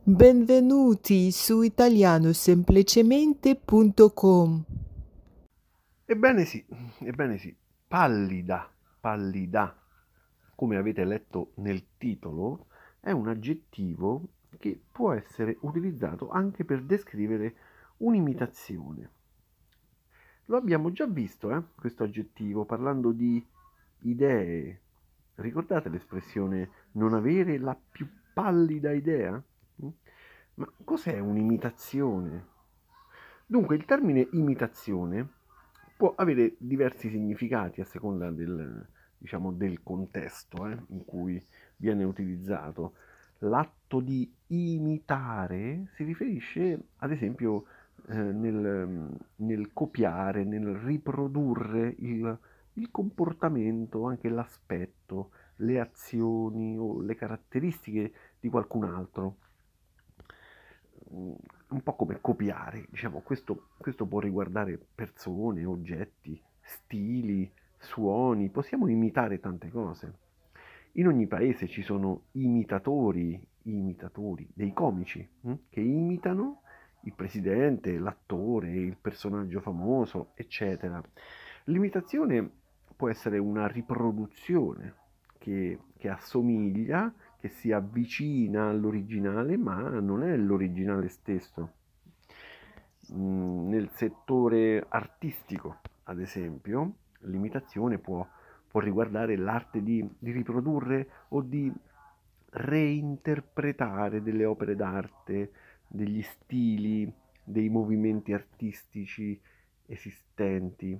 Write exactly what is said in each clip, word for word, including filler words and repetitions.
Benvenuti su italiano semplicemente punto com. Ebbene sì, ebbene sì, pallida, pallida, come avete letto nel titolo, è un aggettivo che può essere utilizzato anche per descrivere un'imitazione. Lo abbiamo già visto, eh, questo aggettivo, parlando di idee. Ricordate l'espressione non avere la più pallida idea? Mm? Ma cos'è un'imitazione? Dunque, il termine imitazione può avere diversi significati a seconda del, diciamo, del contesto eh, in cui viene utilizzato. L'atto di imitare si riferisce, ad esempio, eh, nel, nel copiare, nel riprodurre il, il comportamento, anche l'aspetto, le azioni o le caratteristiche di qualcun altro. Mm, un po' come copiare, diciamo, questo, questo può riguardare persone, oggetti, stili, suoni, possiamo imitare tante cose. In ogni paese ci sono imitatori, imitatori, dei comici hm, che imitano il presidente, l'attore, il personaggio famoso, eccetera. L'imitazione può essere una riproduzione che, che assomiglia, che si avvicina all'originale, ma non è l'originale stesso. Mm, Nel settore artistico, ad esempio, l'imitazione può, può riguardare l'arte di, di riprodurre o di reinterpretare delle opere d'arte, degli stili, dei movimenti artistici esistenti.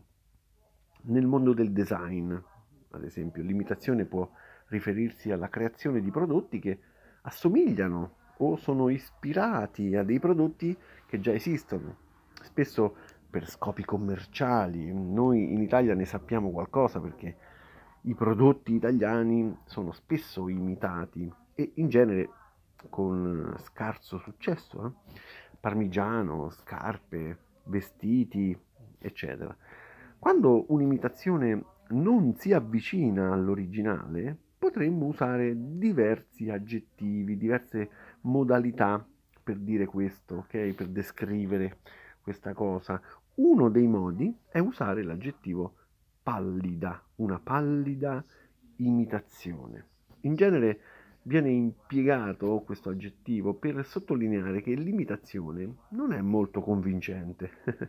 Nel mondo del design, ad esempio, l'imitazione può riferirsi alla creazione di prodotti che assomigliano o sono ispirati a dei prodotti che già esistono, spesso per scopi commerciali. Noi in Italia ne sappiamo qualcosa perché i prodotti italiani sono spesso imitati e in genere con scarso successo. Eh? Parmigiano, scarpe, vestiti, eccetera. Quando un'imitazione non si avvicina all'originale, potremmo usare diversi aggettivi, diverse modalità per dire questo, ok? Per descrivere questa cosa. Uno dei modi è usare l'aggettivo pallida, una pallida imitazione. In genere viene impiegato questo aggettivo per sottolineare che l'imitazione non è molto convincente,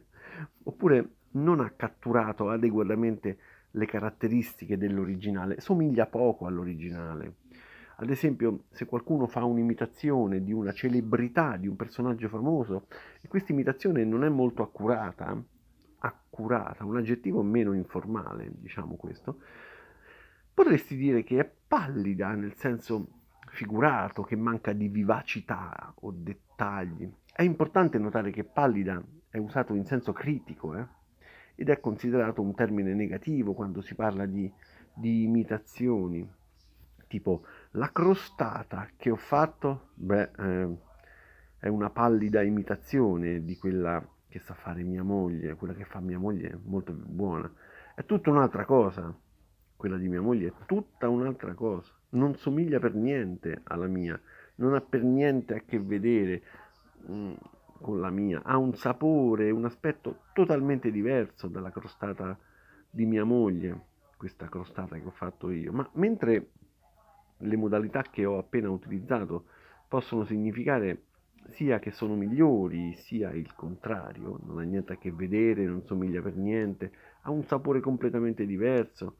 oppure non ha catturato adeguatamente le caratteristiche dell'originale, somiglia poco all'originale. Ad esempio, se qualcuno fa un'imitazione di una celebrità, di un personaggio famoso, e questa imitazione non è molto accurata, accurata, un aggettivo meno informale, diciamo questo, potresti dire che è pallida nel senso figurato, che manca di vivacità o dettagli. È importante notare che pallida è usato in senso critico, eh? Ed è considerato un termine negativo quando si parla di, di imitazioni, tipo la crostata che ho fatto, beh, eh, è una pallida imitazione di quella che sa fare mia moglie, quella che fa mia moglie è molto buona. È tutta un'altra cosa, quella di mia moglie è tutta un'altra cosa, non somiglia per niente alla mia, non ha per niente a che vedere mh, con la mia, ha un sapore, un aspetto totalmente diverso dalla crostata di mia moglie, questa crostata che ho fatto io, ma mentre le modalità che ho appena utilizzato possono significare sia che sono migliori, sia il contrario, non ha niente a che vedere, non somiglia per niente, ha un sapore completamente diverso.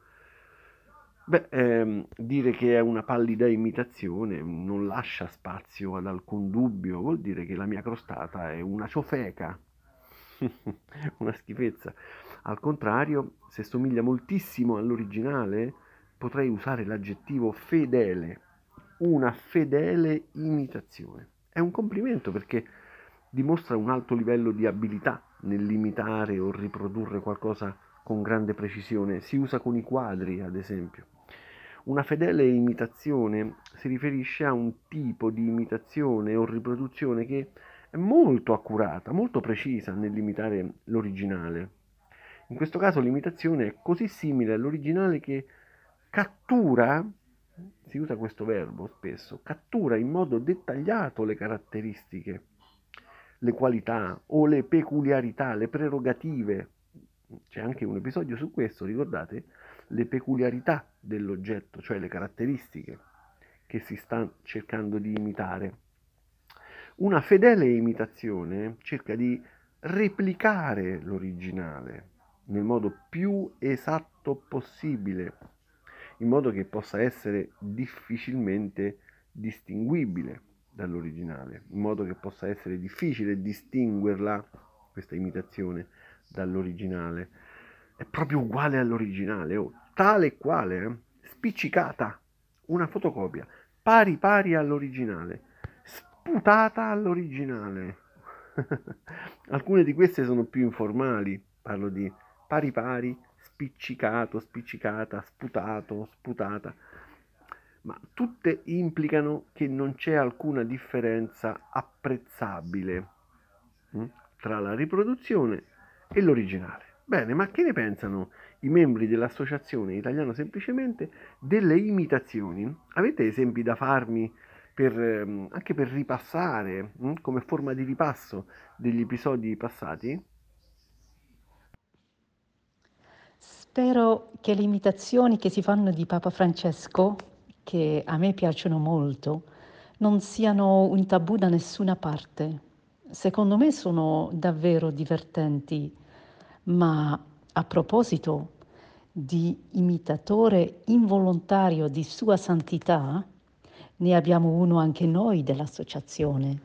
Beh, ehm, dire che è una pallida imitazione non lascia spazio ad alcun dubbio, vuol dire che la mia crostata è una ciofeca, una schifezza. Al contrario, se somiglia moltissimo all'originale, potrei usare l'aggettivo fedele, una fedele imitazione. È un complimento perché dimostra un alto livello di abilità nell'imitare o riprodurre qualcosa con grande precisione. Si usa con i quadri, ad esempio. Una fedele imitazione si riferisce a un tipo di imitazione o riproduzione che è molto accurata, molto precisa nell'imitare l'originale. In questo caso l'imitazione è così simile all'originale che cattura si usa questo verbo spesso, cattura in modo dettagliato le caratteristiche, le qualità o le peculiarità, le prerogative. C'è anche un episodio su questo, ricordate? Le peculiarità dell'oggetto, cioè le caratteristiche che si sta cercando di imitare. Una fedele imitazione cerca di replicare l'originale nel modo più esatto possibile, in modo che possa essere difficilmente distinguibile dall'originale, in modo che possa essere difficile distinguerla, questa imitazione, dall'originale. È proprio uguale all'originale, oh, tale e quale, eh? Spiccicata, una fotocopia, pari pari all'originale, sputata all'originale. Alcune di queste sono più informali, parlo di pari pari, spiccicato, spiccicata, sputato, sputata, ma tutte implicano che non c'è alcuna differenza apprezzabile hm, tra la riproduzione e l'originale. Bene, ma che ne pensano i membri dell'Associazione Italiano Semplicemente delle imitazioni? Avete esempi da farmi per, ehm, anche per ripassare, hm, come forma di ripasso degli episodi passati? Spero che le imitazioni che si fanno di Papa Francesco, che a me piacciono molto, non siano un tabù da nessuna parte. Secondo me sono davvero divertenti, ma a proposito di imitatore involontario di Sua Santità, ne abbiamo uno anche noi dell'associazione.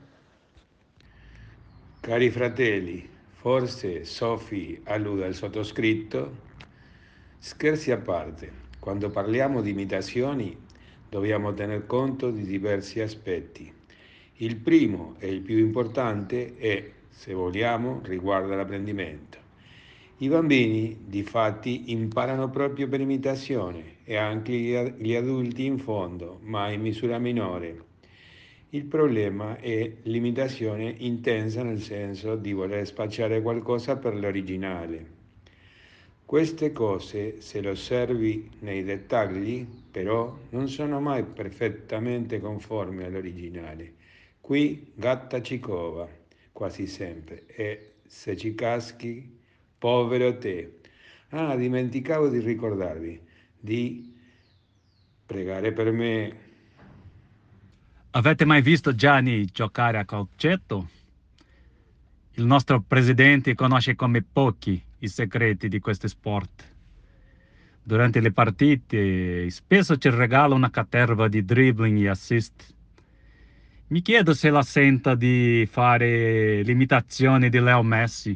Cari fratelli, forse Sophie allude al sottoscritto? Scherzi a parte, quando parliamo di imitazioni dobbiamo tener conto di diversi aspetti. Il primo e il più importante è, se vogliamo, riguarda l'apprendimento. I bambini, difatti, imparano proprio per imitazione e anche gli adulti in fondo, ma in misura minore. Il problema è l'imitazione intensa nel senso di voler spacciare qualcosa per l'originale. Queste cose, se lo osservi nei dettagli, però, non sono mai perfettamente conformi all'originale. Qui gatta ci cova, quasi sempre, e se ci caschi, povero te. Ah, dimenticavo di ricordarvi di pregare per me. Avete mai visto Gianni giocare a calcetto? Il nostro presidente conosce come pochi i segreti di questo sport. Durante le partite spesso ci regala una caterva di dribbling e assist. Mi chiedo se la senta di fare l'imitazione di Leo Messi.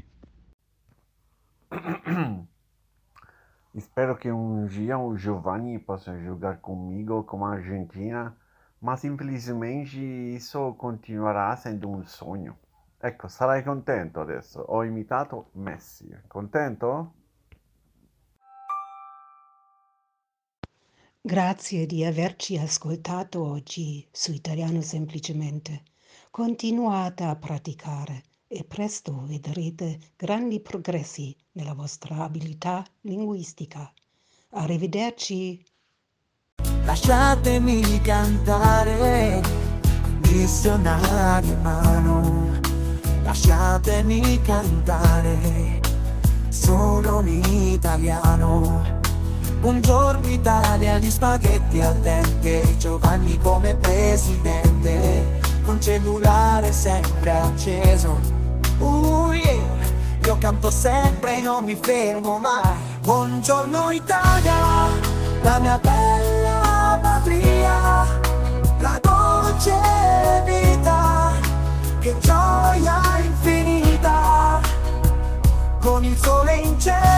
Spero che un dia o Giovanni possa giocare comigo come Argentina, mas infelizmente isso continuerà sendo un sogno. Ecco, sarai contento adesso. Ho imitato Messi. Contento? Grazie di averci ascoltato oggi su Italiano Semplicemente. Continuate a praticare e presto vedrete grandi progressi nella vostra abilità linguistica. Arrivederci. Lasciatemi cantare, missionario in mano. Lasciatemi cantare, solo in italiano. Buongiorno Italia, gli spaghetti al dente, Giovanni come presidente, con cellulare sempre acceso. Uh, yeah. Io canto sempre e non mi fermo mai. Buongiorno Italia, la mia bella patria, la dolce vita, che gioia infinita, con il sole in cielo.